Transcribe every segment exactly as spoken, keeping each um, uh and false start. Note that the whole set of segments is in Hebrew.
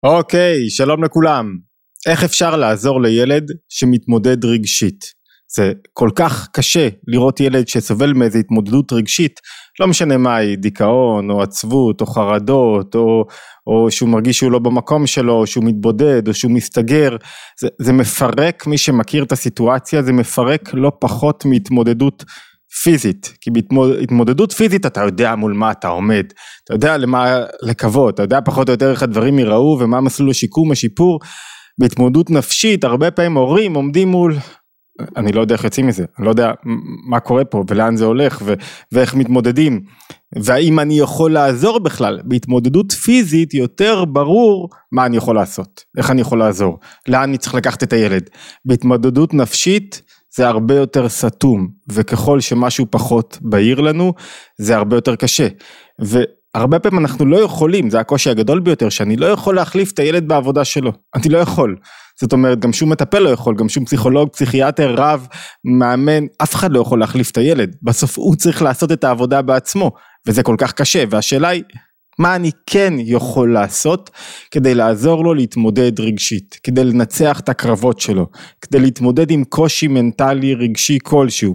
אוקיי, שלום לכולם. איך אפשר לעזור לילד שמתמודד רגשית? זה כל כך קשה לראות ילד שסובל מאיזו התמודדות רגשית, לא משנה מה היא, דיכאון או עצבות או חרדות, או, או שהוא מרגיש שהוא לא במקום שלו, או שהוא מתבודד, או שהוא מסתגר. זה, זה מפרק, מי שמכיר את הסיטואציה, זה מפרק לא פחות מהתמודדות פיזית, כי בהתמודדות פיזית אתה יודע מול מה אתה עומד, אתה יודע למה לקוות, אתה יודע פחות או יותר איך הדברים ייראו ומה מסלול השיקום, השיפור. בהתמודדות נפשית הרבה פעמים הורים עומדים מול, אני לא יודע איך יוצאים מזה, אני לא יודע מה קורה פה ולאן זה הולך ו- ואיך מתמודדים, והאם אני יכול לעזור בכלל. בהתמודדות פיזית יותר ברור מה אני יכול לעשות, איך אני יכול לעזור, לאן אני צריך לקחת את הילד. בהתמודדות נפשית זה הרבה יותר סתום, וככל שמשהו פחות בהיר לנו, זה הרבה יותר קשה. והרבה פעמים אנחנו לא יכולים, זה הקושי הגדול ביותר, שאני לא יכול להחליף את הילד בעבודה שלו. אני לא יכול. זאת אומרת, גם שום מטפל לא יכול, גם שום פסיכולוג, פסיכיאטר, רב, מאמן, אף אחד לא יכול להחליף את הילד. בסוף הוא צריך לעשות את העבודה בעצמו, וזה כל כך קשה. והשאלה היא, מה אני כן יכול לעשות כדי לעזור לו להתמודד רגשית, כדי לנצח את הקרבות שלו, כדי להתמודד עם קושי מנטלי רגשי כלשהו.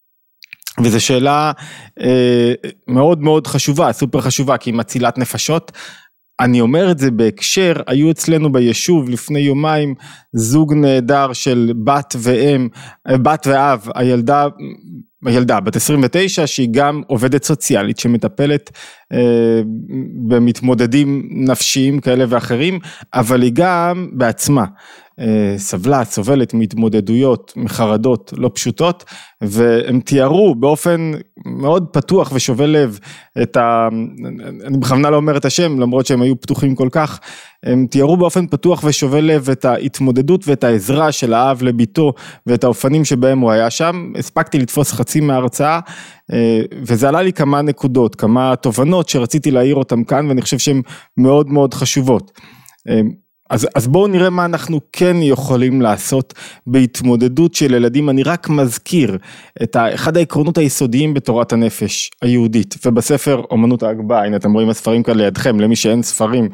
וזו שאלה אה, מאוד מאוד חשובה, סופר חשובה, כי היא מצילת נפשות. אני אומר את זה בהקשר, היו אצלנו ביישוב לפני יומיים זוג נהדר של בת ואם, בת ואב, הילדה, הילדה בת עשרים ותשע שהיא גם עובדת סוציאלית שמטפלת אה, במתמודדים נפשיים כאלה ואחרים, אבל היא גם בעצמה אה, סבלה, סובלת מתמודדויות, מחרדות לא פשוטות, והם תיארו באופן מאוד פתוח ושובל לב את ה... אני בכוונה לא אומר את השם, למרות שהם היו פתוחים כל כך, הם תיארו באופן פתוח ושובל לב את ההתמודדות ואת העזרה של האב לביתו, ואת האופנים שבהם הוא היה שם. הספקתי לתפוס חצי מההרצאה, וזה עלה לי כמה נקודות, כמה תובנות שרציתי להעיר אותם כאן, ואני חושב שהן מאוד מאוד חשובות. אז, אז בואו נראה מה אנחנו כן יכולים לעשות בהתמודדות של ילדים. אני רק מזכיר את אחד העקרונות היסודיים בתורת הנפש היהודית, ובספר אומנות ההגבהה, הנה אתם רואים הספרים כאן לידכם, למי שאין ספרים,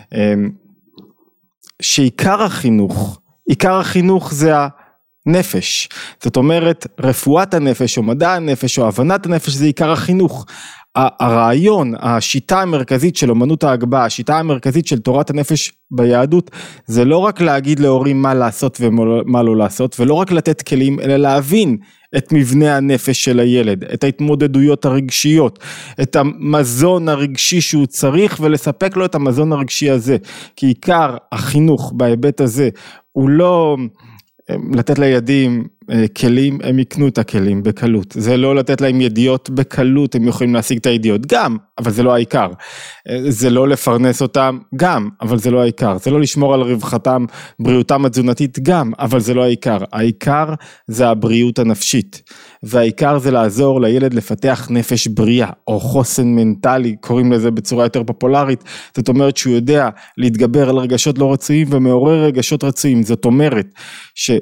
שעיקר החינוך, עיקר החינוך זה הנפש. זאת אומרת, רפואת הנפש או מדע הנפש או הבנת הנפש זה עיקר החינוך. הרעיון, השיטה המרכזית של אומנות ההגבהה, השיטה המרכזית של תורת הנפש ביהדות, זה לא רק להגיד להורים מה לעשות ומה לא לעשות, ולא רק לתת כלים, אלא להבין את מבנה הנפש של הילד, את ההתמודדויות הרגשיות, את המזון הרגשי שהוא צריך, ולספק לו את המזון הרגשי הזה. כי עיקר החינוך בהיבט הזה, הוא לא לתת לילדים כלים, הם יקנו את הכלים בקלות. זה לא לתת להם ידיעות בקלות, הם יכולים להשיג את הידיעות גם, אבל זה לא העיקר. זה לא לפרנס אותם גם, אבל זה לא העיקר. זה לא לשמור על רווחתם, בריאותם התזונתית גם, אבל זה לא העיקר. העיקר זה הבריאות הנפשית. והעיקר זה לעזור לילד לפתח נפש בריאה, או חוסן מנטלי, קוראים לזה בצורה יותר פופולרית. זאת אומרת שהוא יודע להתגבר על רגשות לא רצויים ומעורר רגשות רצויים. זאת אומרת ש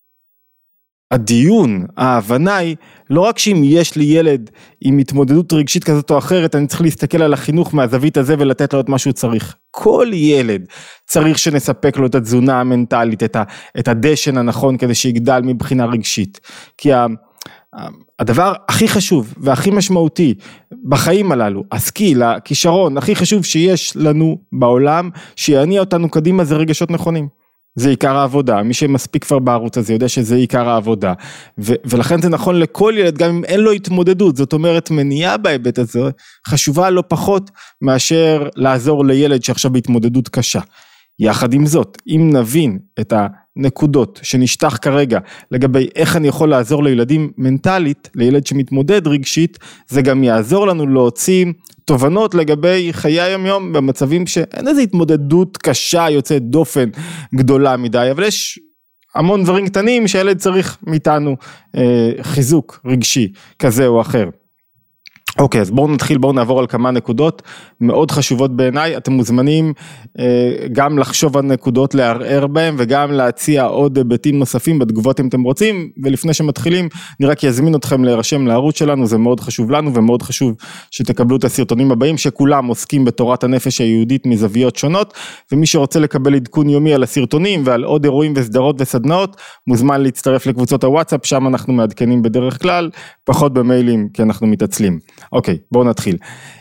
הדיון, ההבנה היא, לא רק שאם יש לי ילד עם התמודדות רגשית כזאת או אחרת, אני צריך להסתכל על החינוך מהזווית הזה ולתת לו את מה שהוא צריך. כל ילד צריך שנספק לו את התזונה המנטלית, את, ה, את הדשן הנכון כדי שיגדל מבחינה רגשית. כי ה, הדבר הכי חשוב והכי משמעותי בחיים הללו, הסקיל, הכישרון הכי חשוב שיש לנו בעולם, שיעניע אותנו קדימה, זה רגשות נכונים. זה עיקר העבודה, מי שמספיק כבר בערוץ הזה יודע שזה עיקר העבודה, ו- ולכן זה נכון לכל ילד, גם אם אין לו התמודדות. זאת אומרת, מניעה בהיבט הזה חשובה לא פחות מאשר לעזור לילד שעכשיו בהתמודדות קשה. יחד עם זאת, אם נבין את הנקודות שנשטח כרגע לגבי איך אני יכול לעזור לילדים מנטלית, לילד שמתמודד רגשית, זה גם יעזור לנו להוציא תובנות לגבי חיי היום יום במצבים שאין איזו התמודדות קשה יוצאת דופן גדולה מדי, אבל יש המון דברים קטנים שהילד צריך מאיתנו אה, חיזוק רגשי כזה או אחר. אוקיי, אז בואו נתחיל, בואו נעבור על כמה נקודות מאוד חשובות בעיניי. אתם מוזמנים אה, גם לחשוב על נקודות, לערער בהם, וגם להציע עוד היבטים נוספים בתגובות אם אתם רוצים. ולפני שמתחילים, אני רק יזמין אתכם להירשם לערוץ שלנו, זה מאוד חשוב לנו, ומאוד חשוב שתקבלו את הסרטונים הבאים, שכולם עוסקים בתורת הנפש היהודית מזוויות שונות, ומי שרוצה לקבל עדכון יומי על הסרטונים, ועל עוד אירועים וסדרות וסדנאות, מוזמן להצטרף לקבוצות הוואטסאפ, שם אנחנו מעדכנים בדרך כלל, פחות במיילים, כי אנחנו מתעצלים. אוקיי, בואו נתחיל.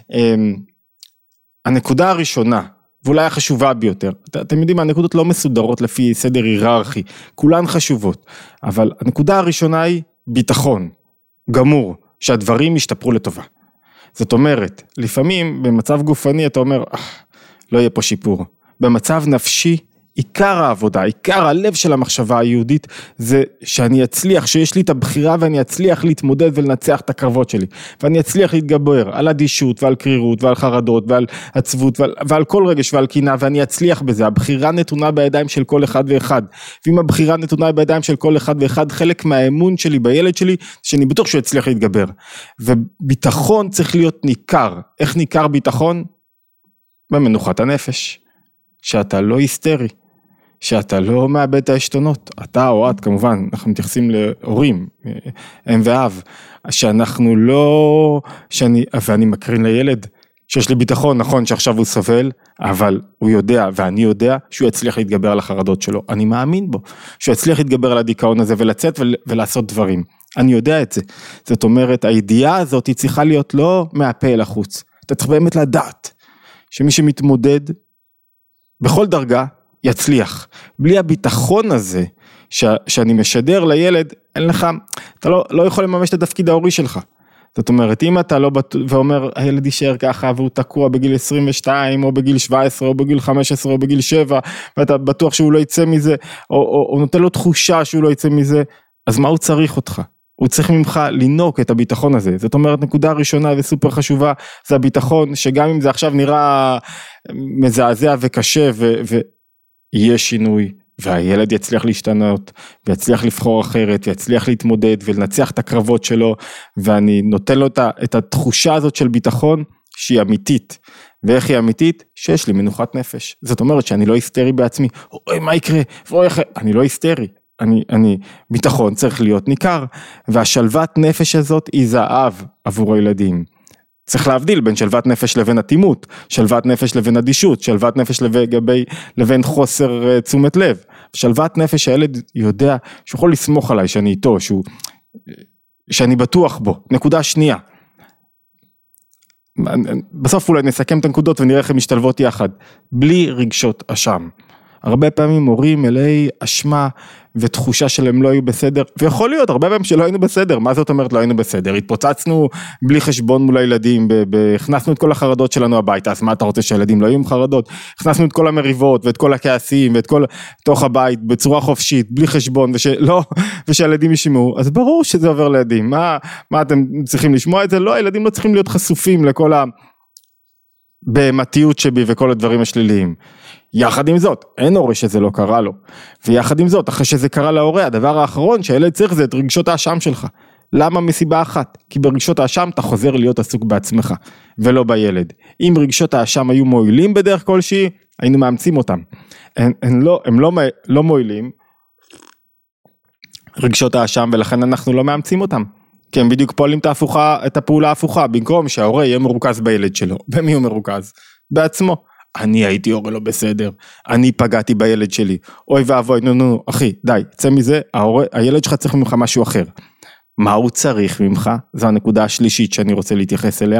הנקודה הראשונה, ואולי החשובה ביותר, את, אתם יודעים, הנקודות לא מסודרות לפי סדר היררכי, כולן חשובות, אבל הנקודה הראשונה היא ביטחון, גמור, שהדברים ישתפרו לטובה. זאת אומרת, לפעמים במצב גופני אתה אומר, אה, לא יהיה פה שיפור. במצב נפשי, עיקר העבודה, עיקר הלב של המחשבה היהודית, זה שאני אצליח, שיש לי את הבחירה ואני אצליח להתמודד ולנצח את הקרבות שלי, ואני אצליח להתגבר על אדישות ועל קרירות ועל חרדות ועל עצבות ועל, ועל כל רגש ועל קינה, ואני אצליח בזה. הבחירה נתונה בידיים של כל אחד ואחד, ואם הבחירה נתונה בידיים של כל אחד ואחד, חלק מהאמון שלי בילד שלי, שאני בטוח שהוא יצליח להתגבר. וביטחון צריך להיות ניכר. איך ניכר ביטחון? במנוחת הנפש. שאתה לא היסטרי. שאתה לא מאבד את העשתונות, אתה או את כמובן, אנחנו מתייחסים להורים, אם ואב, שאנחנו לא, שאני, ואני מקרין לילד, שיש לי ביטחון, נכון שעכשיו הוא סובל, אבל הוא יודע, ואני יודע, שהוא יצליח להתגבר על החרדות שלו, אני מאמין בו, שהוא יצליח להתגבר על הדיכאון הזה, ולצאת ולעשות דברים, אני יודע את זה, זאת אומרת, הידיעה הזאת היא צריכה להיות לא מהפה אל החוץ, אתה צריך באמת לדעת, שמי שמתמודד, בכל דרגה, יצליח. בלי הביטחון הזה, ש, שאני משדר לילד, אין לך, אתה לא, לא יכול לממש את התפקיד ההורי שלך. זאת אומרת, אם אתה לא, ואומר, הילד יישאר ככה, והוא תקוע בגיל עשרים ושתיים, או בגיל שבע עשרה, או בגיל חמש עשרה, או בגיל שבע, ואתה בטוח שהוא לא יצא מזה, או, או, או נותן לו תחושה שהוא לא יצא מזה, אז מה הוא צריך אותך? הוא צריך ממך לנוק את הביטחון הזה. זאת אומרת, נקודה ראשונה וסופר חשובה, זה הביטחון, שגם אם זה עכשיו נראה מזעזע וקשה, ו, ו יהיה שינוי, והילד יצליח להשתנות, ויצליח לבחור אחרת, ויצליח להתמודד, ולנצח את הקרבות שלו, ואני נותן לו את התחושה הזאת של ביטחון, שהיא אמיתית, ואיך היא אמיתית? שיש לי מנוחת נפש, זאת אומרת שאני לא היסטרי בעצמי, אוי מה יקרה, ואוי איך, אני לא היסטרי, אני, אני, ביטחון צריך להיות ניכר, והשלוות נפש הזאת היא זהב עבור הילדים, צריך להבדיל בין שלוות נפש לבין אטימות, שלוות נפש לבין אדישות, שלוות נפש לבין, לבין חוסר תשומת לב. שלוות נפש, הילד יודע שהוא יכול לסמוך עליי, שאני איתו, שהוא, שאני בטוח בו. נקודה שנייה. בסוף אולי נסכם את הנקודות ונראה איך הן משתלבות יחד. בלי רגשות אשם. הרבה פעמים מורים מלאי אשמה ותחושה שלהם לא היו בסדר, ויכול להיות הרבה פעמים שלא היינו בסדר, מה זאת אומרת לא היינו בסדר? התפוצצנו בלי חשבון מול הילדים, הכנסנו את כל החרדות שלנו הביתה, אז מה אתה רוצה שהילדים לא יהיו עם חרדות? הכנסנו את כל המריבות ואת כל הכעסים ואת כל תוך הבית בצורה חופשית, בלי חשבון, ושלא, ושהילדים ישמעו, אז ברור שזה עובר לילדים, מה, מה אתם צריכים לשמוע את זה? לא, הילדים לא צריכים להיות חשופים לכל ה... בהמתיות שבי וכל הדברים השליליים. יחד עם זאת, אין הורה שזה לא קרה לו. ויחד עם זאת, אחרי שזה קרה להורה, הדבר האחרון שהילד צריך זה את רגשות האשם שלך. למה? מסיבה אחת? כי ברגשות האשם אתה חוזר להיות עסוק בעצמך, ולא בילד. אם רגשות האשם היו מועילים בדרך כלשהי, היינו מאמצים אותם. הם, הם, לא, הם לא, לא מועילים, רגשות האשם, ולכן אנחנו לא מאמצים אותם. כי הם בדיוק פועלים את, ההפוכה, את הפעולה ההפוכה, במקום שההורה יהיה מרוכז בילד שלו. במי הוא מרוכז? בעצמו. אני הייתי הורה לא בסדר, אני פגעתי בילד שלי, אוי ואבוי, נו נו נו, אחי, די, צא מזה, ההורה, הילד שלך צריך ממך משהו אחר. מה הוא צריך ממך? זו הנקודה השלישית שאני רוצה להתייחס אליה.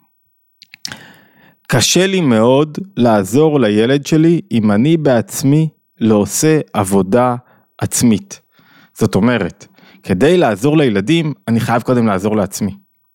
קשה לי מאוד לעזור לילד שלי, אם אני בעצמי לא עושה עבודה עצמית. זאת אומרת, כדי לעזור לילדים, אני חייב קודם לעזור לעצמי.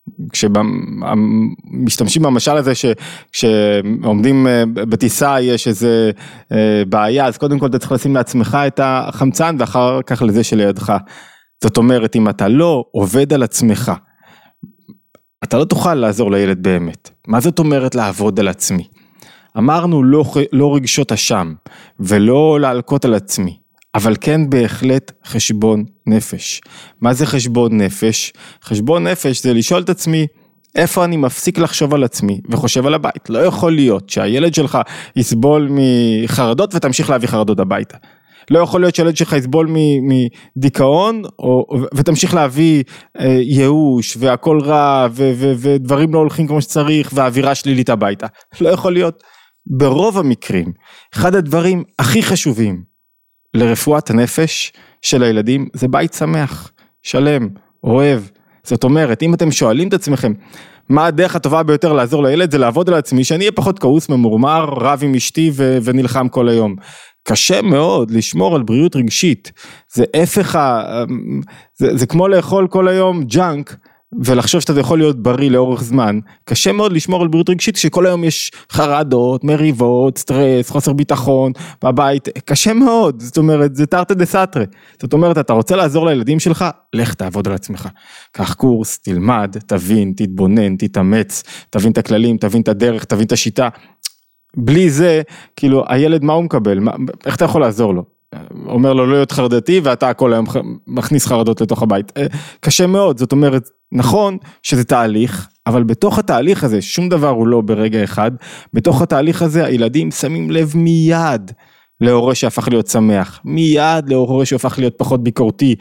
כשמשתמשים במשל הזה, כשעומדים בטיסה יש איזה בעיה, אז קודם כל אתה צריך לשים לעצמך את החמצן, ואחר כך לזה שלידך. זאת אומרת, אם אתה לא עובד על עצמך, אתה לא תוכל לעזור לילד באמת. מה זאת אומרת לעבוד על עצמי? אמרנו לא, לא רגשות אשם, ולא להלקות על עצמי. אבל כן בהחלט חשבון נפש. מה זה חשבון נפש? חשבון נפש זה לשאול את עצמי, איפה אני מפסיק לחשוב על עצמי וחושב על הבית? לא יכול להיות שהילד שלך יסבול מחרדות ותמשיך להביא חרדות הביתה. לא יכול להיות שהילד שלך יסבול מדיכאון או, ותמשיך להביא אה, ייאוש והכל רע ו, ו, ודברים לא הולכים כמו שצריך והאווירה שלילית הביתה. לא יכול להיות. ברוב המקרים, אחד הדברים הכי חשובים לרפואת הנפש של הילדים זה בית שמח, שלם, אוהב. זאת אומרת, אם אתם שואלים את עצמכם, מה הדרך הטובה ביותר לעזור לילד? זה לעבוד על עצמי, שאני אהיה פחות כעוס, ממורמר, רב עם אשתי ו- ונלחם כל היום. קשה מאוד לשמור על בריאות רגשית. זה הפך, זה, זה כמו לאכול כל היום ג'אנק, ולחשוב שאתה יכול להיות בריא לאורך זמן. קשה מאוד לשמור על בריאות רגשית, שכל היום יש חרדות, מריבות, סטרס, חוסר ביטחון, בבית. קשה מאוד, זאת אומרת, זה תרתי דסתרי. זאת אומרת, אתה רוצה לעזור לילדים שלך? לך תעבוד על עצמך. קח קורס, תלמד, תבין, תתבונן, תתאמץ, תבין את הכללים, תבין את הדרך, תבין את השיטה. בלי זה, כאילו, הילד מה הוא מקבל? מה, איך אתה יכול לעזור לו? אומר לו לא להיות חרדתי, ואתה כל היום מכניס חרדות לתוך הבית. קשה מאוד, זאת אומרת, נכון שזה תהליך, אבל בתוך התהליך הזה, שום דבר הוא לא ברגע אחד, בתוך התהליך הזה, הילדים שמים לב מיד, להורה שהפך להיות שמח, מיד להורה שהפך להיות פחות ביקורתי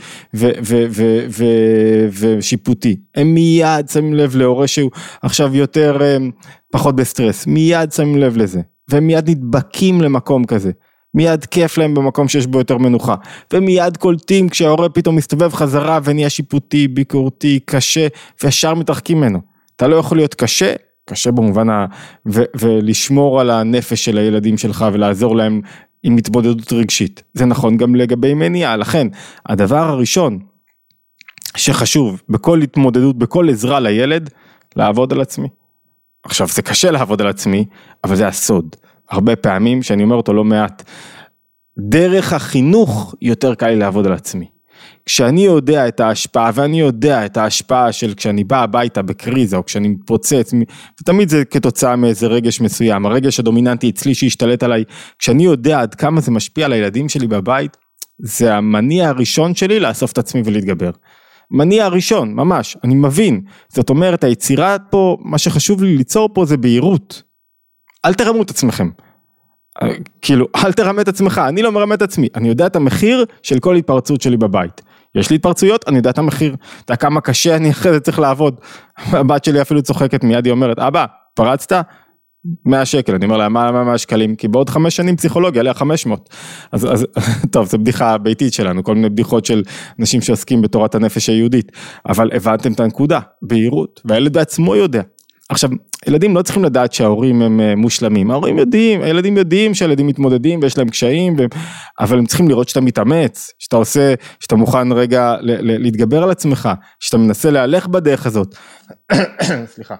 ושיפוטי, הם מיד שמים לב להורה שהוא עכשיו יותר פחות בסטרס, מיד שמים לב לזה, והם מיד נדבקים למקום כזה, מיד כיף להם במקום שיש בו יותר מנוחה, ומיד קולטים כשההורה פתאום מסתובב חזרה ונהיה שיפוטי, ביקורתי, קשה, וישר מתרחקים ממנו, אתה לא יכול להיות קשה, קשה במובן ה... ו... ולשמור על הנפש של הילדים שלך ולעזור להם עם התמודדות רגשית. זה נכון גם לגבי מניעה, לכן הדבר הראשון שחשוב בכל התמודדות, בכל עזרה לילד, לעבוד על עצמי. עכשיו זה קשה לעבוד על עצמי, אבל זה הסוד. הרבה פעמים שאני אומר אותו לא מעט, דרך החינוך יותר קל לי לעבוד על עצמי. כשאני יודע את ההשפעה, ואני יודע את ההשפעה של כשאני בא הביתה בקריזה, או כשאני מתפוצץ, ותמיד זה כתוצאה מאיזה רגש מסוים, הרגש הדומיננטי אצלי שהשתלט עליי, כשאני יודע עד כמה זה משפיע על הילדים שלי בבית, זה המניע הראשון שלי לאסוף את עצמי ולהתגבר. מניע הראשון, ממש, אני מבין, זאת אומרת, היצירה פה, מה שחשוב לי ליצור פה זה בהירות. אל תרמו את עצמכם. כאילו, אל תרמה את עצמך, אני לא מרמה את עצמי, אני יודע את המחיר של כל התפרצות שלי בבית. יש לי התפרצויות, אני יודע את המחיר, אתה כמה קשה אני אחרי זה צריך לעבוד. הבת שלי אפילו צוחקת מיד, היא אומרת, אבא, פרצת? מאה שקל, אני אומר לה, מה, מה, מה שקלים? כי בעוד חמש שנים פסיכולוגיה, עליה חמש מאות. אז, אז, טוב, זו בדיחה ביתית שלנו, כל מיני בדיחות של אנשים שעוסקים בתורת הנפש היהודית, אבל הבנתם את הנקודה, בהירות, והילד בעצמו יודע. עכשיו, ילדים לא צריכים לדעת שההורים הם מושלמים, ההורים יודעים, הילדים יודעים שהילדים מתמודדים ויש להם קשיים, ו... אבל הם צריכים לראות שאתה מתאמץ, שאתה עושה, שאתה מוכן רגע ל- ל- להתגבר על עצמך, שאתה מנסה להלך בדרך הזאת. סליחה.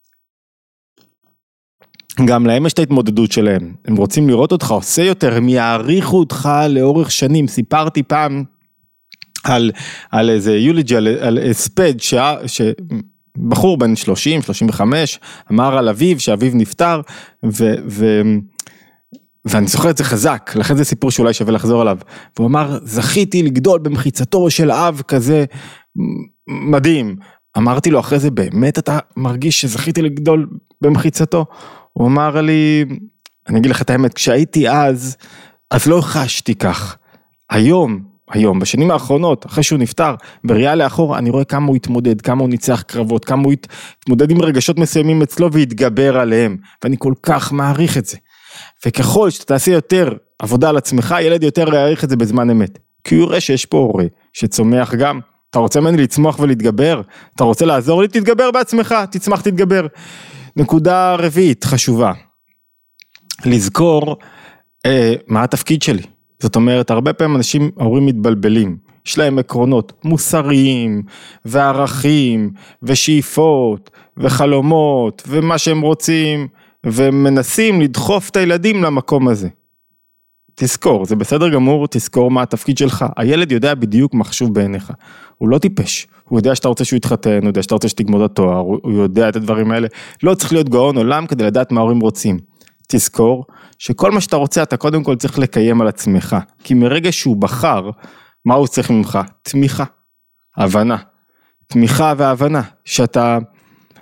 גם להם יש את ההתמודדות שלהם, הם רוצים לראות אותך עושה יותר, הם יעריכו אותך לאורך שנים, סיפרתי פעם על, על איזה יוליג'י, על, על הספד ש... ש... בחור בן שלושים, שלושים וחמש, אמר על אביו, שאביו נפטר, ו, ו, ואני זוכר את זה חזק, לכן זה סיפור שאולי שווה לחזור עליו, והוא אמר, זכיתי לגדול במחיצתו של אב כזה מדהים, אמרתי לו אחרי זה, באמת אתה מרגיש שזכיתי לגדול במחיצתו? הוא אמר לי, אני אגיד לך את האמת, כשהייתי אז, אז לא חשתי כך, היום, היום, בשנים האחרונות, אחרי שהוא נפטר, בראייה לאחור, אני רואה כמה הוא התמודד, כמה הוא ניצח קרבות, כמה הוא התמודד עם רגשות מסוימים אצלו, והתגבר עליהם, ואני כל כך מעריך את זה, וככל שאתה תעשה יותר עבודה על עצמך, ילד יותר יעריך את זה בזמן אמת, כי הוא יראה שיש פה הורה, שצומח גם, אתה רוצה ממני לצמוח ולהתגבר, אתה רוצה לעזור לי, תתגבר בעצמך, תצמח, תתגבר. נקודה רביעית, חשובה, לזכור אה, מה התפקיד שלי, זאת אומרת, הרבה פעמים אנשים, ההורים מתבלבלים, יש להם עקרונות מוסריים, וערכים, ושאיפות, וחלומות, ומה שהם רוצים, ומנסים לדחוף את הילדים למקום הזה. תזכור, זה בסדר גמור, תזכור מה התפקיד שלך, הילד יודע בדיוק מה חשוב בעיניך, הוא לא טיפש, הוא יודע שאתה רוצה שהוא יתחתן, הוא יודע שאתה רוצה שתגמור את התואר, הוא יודע את הדברים האלה, לא צריך להיות גאון עולם כדי לדעת מה ההורים רוצים. תזכור שכל מה שאתה רוצה, אתה קודם כל צריך לקיים על עצמך, כי מרגע שהוא בחר, מה הוא צריך ממך? תמיכה, הבנה, תמיכה והבנה, שאתה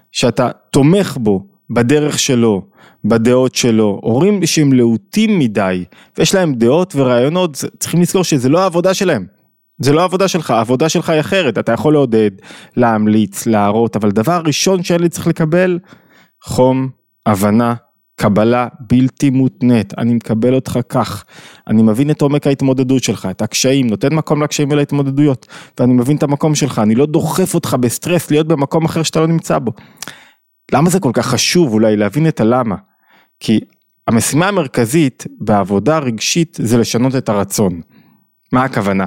שאתה תומך בו, בדרך שלו, בדעות שלו, הורים שהם להוטים מדי, ויש להם דעות ורעיונות, צריכים לזכור שזה לא העבודה שלהם, זה לא העבודה שלך, העבודה שלך היא אחרת, אתה יכול לעודד, להמליץ, להראות, אבל דבר ראשון שהילד צריך לקבל, חום, הבנה, קבלה בלתי מותנית, אני מקבל אותך כך, אני מבין את עומק ההתמודדות שלך, את הקשיים, נותן מקום לקשיים ולהתמודדויות, ואני מבין את המקום שלך, אני לא דוחף אותך בסטרס להיות במקום אחר שאתה לא נמצא בו. למה זה כל כך חשוב אולי להבין את הלמה? כי המשימה המרכזית בעבודה רגשית זה לשנות את הרצון. מה הכוונה?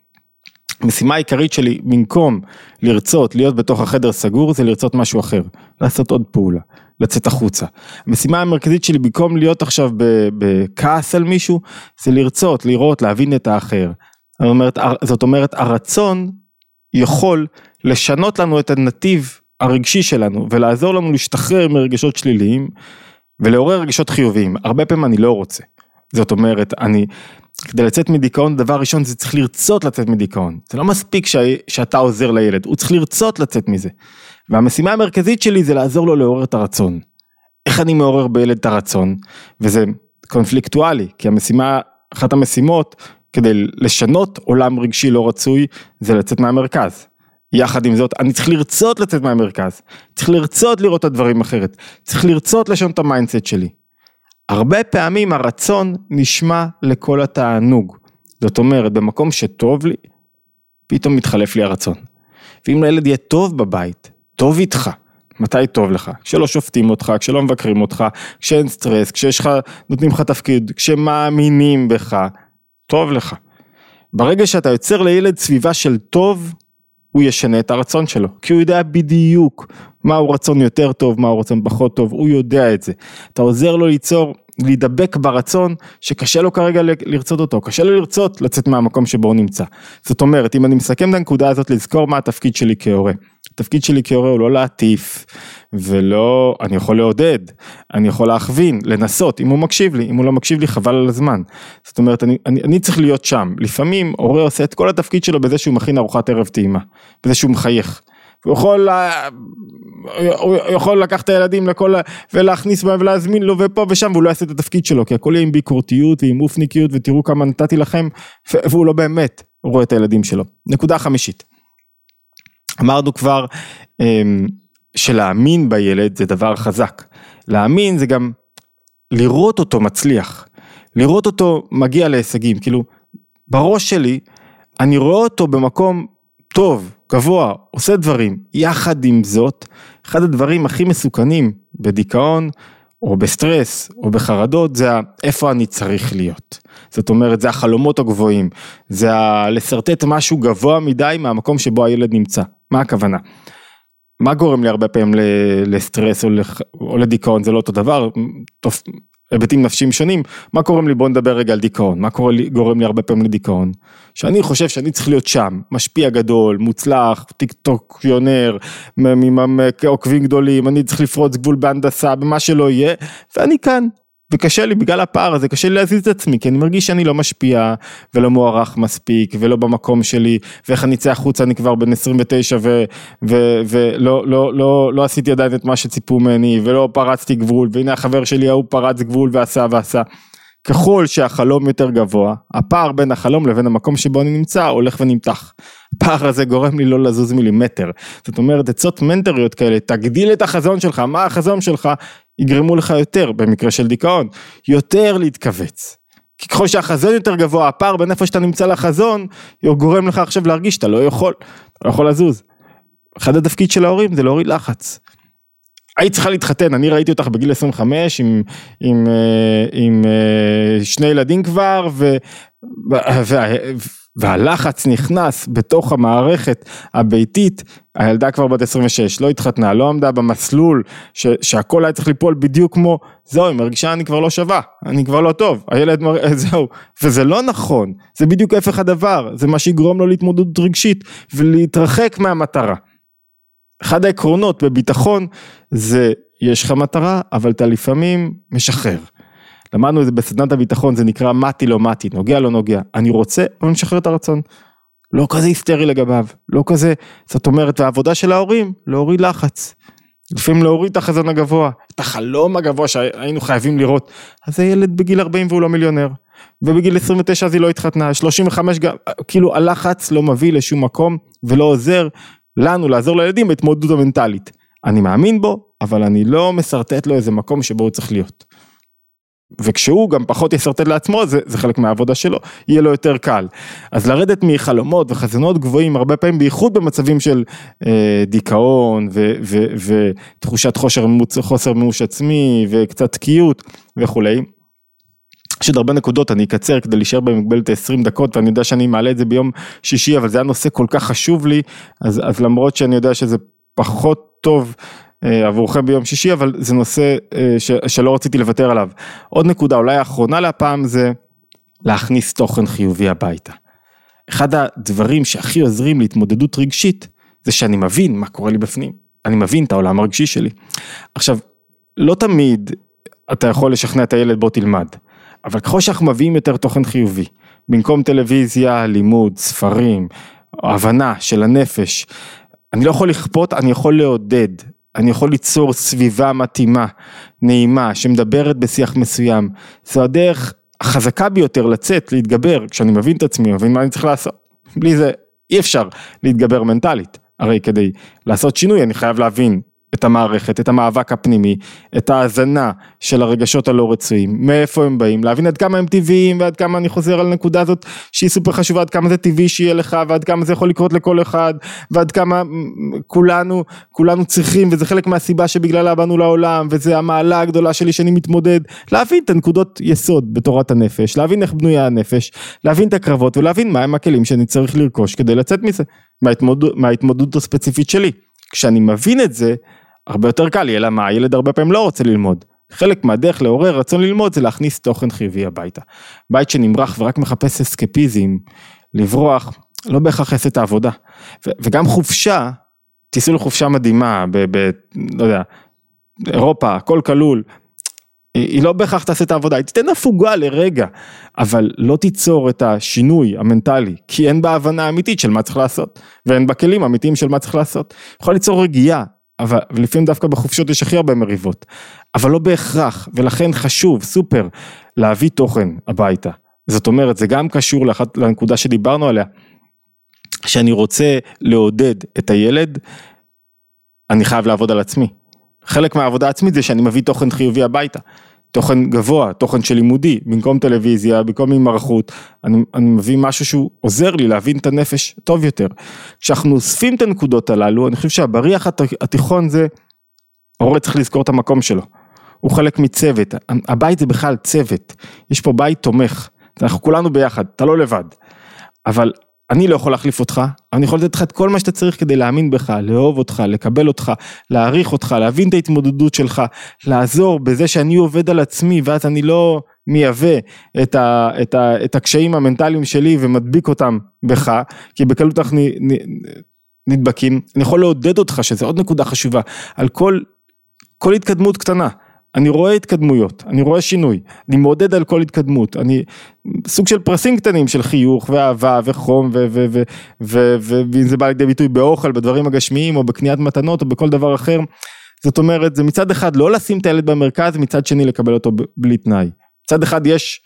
המשימה העיקרית שלי, במקום לרצות להיות בתוך החדר סגור, זה לרצות משהו אחר, לעשות עוד פעולה, לצאת החוצה. המשימה המרכזית שלי, במקום להיות עכשיו בכעס על מישהו, זה לרצות, לראות, להבין את האחר. זאת אומרת, זאת אומרת, הרצון יכול לשנות לנו את הנתיב הרגשי שלנו, ולעזור לנו להשתחרר מרגשות שליליים, ולעורר רגשות חיוביים. הרבה פעמים אני לא רוצה. זאת אומרת, אני, כדי לצאת מדיכאון, דבר ראשון, זה צריך לרצות לצאת מדיכאון. זה לא מספיק ש, שאתה עוזר לילד, הוא צריך לרצות לצאת מזה. והמשימה המרכזית שלי זה לעזור לו לעורר את הרצון. איך אני מעורר בילד את הרצון? וזה קונפליקטואלי, כי המשימה, אחת המשימות, כדי לשנות עולם רגשי לא רצוי, זה לצאת מהמרכז. יחד עם זאת, אני צריך לרצות לצאת מהמרכז, צריך לרצות לראות את הדברים אחרת, צריך לרצות לשנות את המיינדסט שלי. הרבה פעמים הרצון נשמע לכל התענוג, זאת אומרת, במקום שטוב לי, פתאום מתחלף לי הרצון. ואם לילד יהיה טוב בבית, טוב איתך, מתי טוב לך? כשלא שופטים אותך, כשלא מבקרים אותך, כשאין סטרס, כשיש לך, נותנים לך תפקיד, כשמאמינים בך, טוב לך. ברגע שאתה יוצר לילד סביבה של טוב, הוא ישנה את הרצון שלו, כי הוא יודע בדיוק מהו רצון יותר טוב, מהו רצון פחות טוב, הוא יודע את זה. אתה עוזר לו ליצור, להידבק ברצון, שקשה לו כרגע לרצות אותו, קשה לו לרצות לצאת מהמקום שבו הוא נמצא. זאת אומרת, אם אני מסכם את הנקודה הזאת, לזכור מה התפקיד שלי כהורה. התפקיד שלי כהורה הוא לא להטיף, ולא, אני יכול לעודד, אני יכול להכווין, לנסות, אם הוא מקשיב לי, אם הוא לא מקשיב לי, חבל על הזמן. זאת אומרת, אני, אני, אני צריך להיות שם. לפעמים הורה עושה את כל התפקיד שלו בזה שהוא מכין ארוחת ערב טעימה, בזה שהוא מחייך. הוא יכול, הוא יכול לקחת את הילדים לכל, ולהכניס בהם ולהזמין לו ופה ושם, והוא לא יעשה את התפקיד שלו, כי הכל יהיה עם ביקורתיות ועם אופניקיות, ותראו כמה נתתי לכם, והוא לא באמת רואה את הילדים שלו. נקודה חמישית. אמרנו כבר, שלהאמין בילד זה דבר חזק. להאמין זה גם לראות אותו מצליח, לראות אותו מגיע להישגים, כאילו, בראש שלי, אני רואה אותו במקום טוב, גבוה, עושה דברים, יחד עם זאת, אחד הדברים הכי מסוכנים בדיכאון, או בסטרס, או בחרדות, זה איפה אני צריך להיות. זאת אומרת, זה החלומות הגבוהים, זה לסרטט משהו גבוה מדי מהמקום שבו הילד נמצא. מה הכוונה? מה גורם לי הרבה פעמים לסטרס או, לח... או לדיכאון? זה לא אותו דבר, טוב, היבטים נפשיים שונים. מה קורם לי? בוא נדבר רגע על דיכאון. מה קורא לי, גורם לי הרבה פעמים לדיכאון? שאני חושב שאני צריך להיות שם, משפיע גדול, מוצלח, טיק טוקיונר, עוקבים גדולים, אני צריך לפרוץ גבול בהנדסה, במה שלא יהיה, ואני כאן. וקשה לי, בגלל הפער הזה, קשה לי להזיז את עצמי, כי אני מרגיש שאני לא משפיע, ולא מוערך מספיק, ולא במקום שלי, ואיך אני אצא החוצה, אני כבר בן עשרים ותשע, ולא לא, לא, לא עשיתי עדיין את מה שציפו ממני, ולא פרצתי גבול, והנה החבר שלי, הוא פרץ גבול, ועשה ועשה. ככל שהחלום יותר גבוה, הפער בין החלום לבין המקום שבו אני נמצא, הולך ונמתח. הפער הזה גורם לי לא לזוז מילימטר. זאת אומרת, עצות מנטריות כאלה, תגדיל את החזון שלך, מה החזון שלך? יגרמו לך יותר, במקרה של דיכאון, יותר להתכווץ. כי ככל שהחזון יותר גבוה, הפער בין איפה שאתה נמצא לחזון, גורם לך עכשיו להרגיש שאתה לא יכול, אתה לא יכול לזוז. אחד התפקיד של ההורים זה להוריד לחץ. היית צריכה להתחתן, אני ראיתי אותך בגיל עשרים וחמש, עם, עם, עם, עם שני ילדים כבר, ו, ו, והלחץ נכנס בתוך המערכת הביתית, הילדה כבר בת עשרים ושש, לא התחתנה, לא עמדה במסלול, ש, שהכל היה צריך ליפול בדיוק כמו, זהו, היא מרגישה אני כבר לא שווה, אני כבר לא טוב, הילד מרגיש, זהו, וזה לא נכון, זה בדיוק הפך הדבר, זה מה שיגרום לו להתמודדות רגשית, ולהתרחק מהמטרה. אחד העקרונות בביטחון, זה, יש לך מטרה, אבל אתה לפעמים משחרר. למדנו את זה בסדנת הביטחון, זה נקרא מתי לא מתי, נוגע לא נוגע, אני רוצה, אבל משחרר את הרצון. לא כזה היסטרי לגביו, לא כזה, זאת אומרת, והעבודה של ההורים, להוריד לחץ. לפעמים להוריד את החזון הגבוה, את החלום הגבוה שהיינו חייבים לראות, אז הילד בגיל ארבעים והוא לא מיליונר, ובגיל עשרים ותשע אז היא לא התחתנה, שלושים וחמש גם, כאילו הלחץ לא מביא לשום מקום, ולא עוזר לנו לעזור לילדים בהתמודדות המנטלית. אני מאמין בו, אבל אני לא מסרטט לו איזה מקום שבו הוא צריך להיות. וכשהוא גם פחות יסרטט לעצמו, זה, זה חלק מהעבודה שלו, יהיה לו יותר קל. אז לרדת מחלומות וחזונות גבוהים, הרבה פעמים בייחוד במצבים של אה, דיכאון, ו, ו, ותחושת חוסר, חוסר מימוש עצמי, וקצת תקיעות וכולי. יש עוד הרבה נקודות, אני אקצר כדי להישאר במגבלת עשרים דקות, ואני יודע שאני מעלה את זה ביום שישי, אבל זה הנושא כל כך חשוב לי, אז, אז למרות שאני יודע שזה פחות טוב, עבורכם ביום שישי, אבל זה נושא ש, שלא רציתי לוותר עליו. עוד נקודה, אולי האחרונה להפעם, זה להכניס תוכן חיובי הביתה. אחד הדברים שהכי עוזרים להתמודדות רגשית, זה שאני מבין מה קורה לי בפנים. אני מבין את העולם הרגשי שלי. עכשיו, לא תמיד אתה יכול לשכנע את הילד בוא תלמד, אבל ככל שאנחנו מביאים יותר תוכן חיובי, במקום טלוויזיה, לימוד, ספרים, הבנה של הנפש, אני לא יכול לכפות, אני יכול לעודד, אני יכול ליצור סביבה מתאימה, נעימה, שמדברת בשיח מסוים. זו הדרך החזקה ביותר לצאת, להתגבר, כשאני מבין את עצמי, מבין מה אני צריך לעשות. בלי זה אי אפשר להתגבר מנטלית. הרי כדי לעשות שינוי, אני חייב להבין את המערכת, את המאבק הפנימי, את ההזנה של הרגשות הלא רצויים, מאיפה הם באים, להבין עד כמה הם טבעיים, ועד כמה אני חוזר על הנקודה הזאת, שהיא סופר חשובה, עד כמה זה טבעי שיהיה לך, ועד כמה זה יכול לקרות לכל אחד, ועד כמה כולנו, כולנו צריכים, וזה חלק מהסיבה שבגללה באנו לעולם, וזה המעלה הגדולה שלי שאני מתמודד, להבין את הנקודות יסוד בתורת הנפש, להבין איך בנויה הנפש, להבין את הקרבות, ולהבין מהם הכלים שאני צריך לרכוש, כדי לצאת מזה, מההתמודדות, מההתמודדות הספציפית שלי. כשאני מבין את זה, הרבה יותר קל, אלא מה, הילד הרבה פעמים לא רוצה ללמוד. חלק מהדרך לעורר רצון ללמוד, זה להכניס תוכן חיובי הביתה. בית שנמרח ורק מחפש אסקפיזם, לברוח, לא בהכרח יעשה את העבודה. ו- וגם חופשה, תיסעו לחופשה מדהימה, ב- ב- לא יודע, אירופה, הכל כלול, היא, היא לא בהכרח תעשה את העבודה, היא תתן הפוגה לרגע, אבל לא תיצור את השינוי המנטלי, כי אין בה הבנה אמיתית של מה צריך לעשות, ואין בה כלים אמיתיים של מה צריך לעשות. יכול ליצור רגיעה, אבל לפעמים דווקא בחופשות יש הכי הרבה מריבות, אבל לא בהכרח, ולכן חשוב, סופר, להביא תוכן הביתה. זאת אומרת, זה גם קשור לאחת, לנקודה שדיברנו עליה, שאני רוצה לעודד את הילד, אני חייב לעבוד על עצמי. חלק מהעבודה העצמית זה שאני מביא תוכן חיובי הביתה, תוכן גבוה, תוכן של לימודי, במקום טלוויזיה, במקום ממערכות, אני, אני מביא משהו שהוא עוזר לי להבין את הנפש טוב יותר. כשאנחנו אוספים את הנקודות הללו, אני חושב שהבריח התיכון זה, ההורה צריך לזכור את המקום שלו, הוא חלק מצוות, הבית זה בכלל צוות, יש פה בית תומך, אנחנו כולנו ביחד, אתה לא לבד, אבל אני לא יכול להחליף אותך, אבל אני יכול לתת לך את כל מה שאתה צריך כדי להאמין בך, לאהוב אותך, לקבל אותך, להעריך אותך, להבין את ההתמודדות שלך, לעזור בזה שאני עובד על עצמי, ואז אני לא מייבא את, ה, את, ה, את הקשיים המנטליים שלי ומדביק אותם בך, כי בקלות אנחנו נדבקים. אני יכול לעודד אותך, שזה עוד נקודה חשובה, על כל, כל התקדמות קטנה. אני רואה התקדמויות, אני רואה שינוי, אני מעודד על כל התקדמות, אני סוג של פרסים קטנים של חיוך ואהבה וחום, ואם זה בא לידי ביטוי באוכל, בדברים הגשמיים, או בקניית מתנות, או בכל דבר אחר, זאת אומרת, זה מצד אחד לא לשים את הילד במרכז, מצד שני לקבל אותו בלי תנאי. מצד אחד יש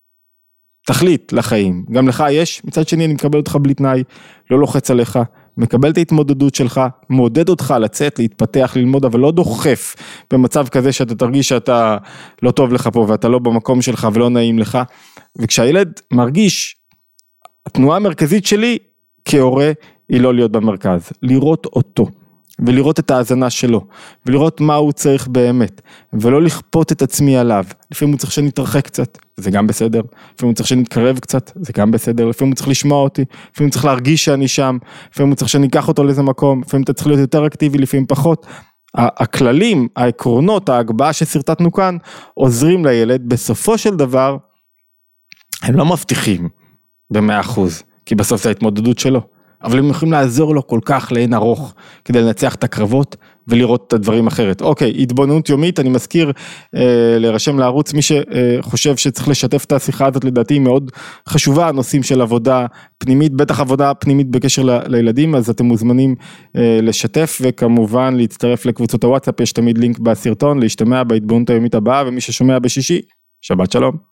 תכלית לחיים, גם לך יש, מצד שני אני מקבל אותך בלי תנאי, לא לוחץ עליך, מקבל את ההתמודדות שלך, מעודד אותך לצאת, להתפתח, ללמוד, אבל לא דוחף במצב כזה שאתה תרגיש שאתה לא טוב לך פה, ואתה לא במקום שלך ולא נעים לך, וכשהילד מרגיש, התנועה המרכזית שלי כהורה היא לא להיות במרכז, לראות אותו, ולראות את ההזנה שלו, ולראות מה הוא צריך באמת, ולא לכפות את עצמי עליו, לפעמים הוא צריך שנתרחק קצת, זה גם בסדר, לפעמים הוא צריך שנתקרב קצת, זה גם בסדר, לפעמים הוא צריך לשמוע אותי, לפעמים הוא צריך להרגיש שאני שם, לפעמים הוא צריך שניקח אותו לאיזה מקום, לפעמים אתה צריך להיות יותר אקטיבי, לפעמים פחות, הכללים, העקרונות, ההגבהה שסרטטנו כאן, עוזרים לילד, בסופו של דבר, הם לא מבטיחים במאה אחוז, כי בסוף זה ההתמודדות שלו, אבל הם יכולים לעזור לו כל כך לאין ארוך, כדי לנצח את הקרבות, ולראות את הדברים אחרת. אוקיי, התבוננות יומית, אני מזכיר אה, להירשם לערוץ, מי שחושב שצריך לשתף את השיחה הזאת, לדעתי היא מאוד חשובה, הנושאים של עבודה פנימית, בטח עבודה פנימית בקשר ל, לילדים, אז אתם מוזמנים אה, לשתף, וכמובן להצטרף לקבוצות הוואטסאפ, יש תמיד לינק בסרטון, להשתמע בהתבוננות היומית הבאה, ומי ששומע בשישי, שבת שלום.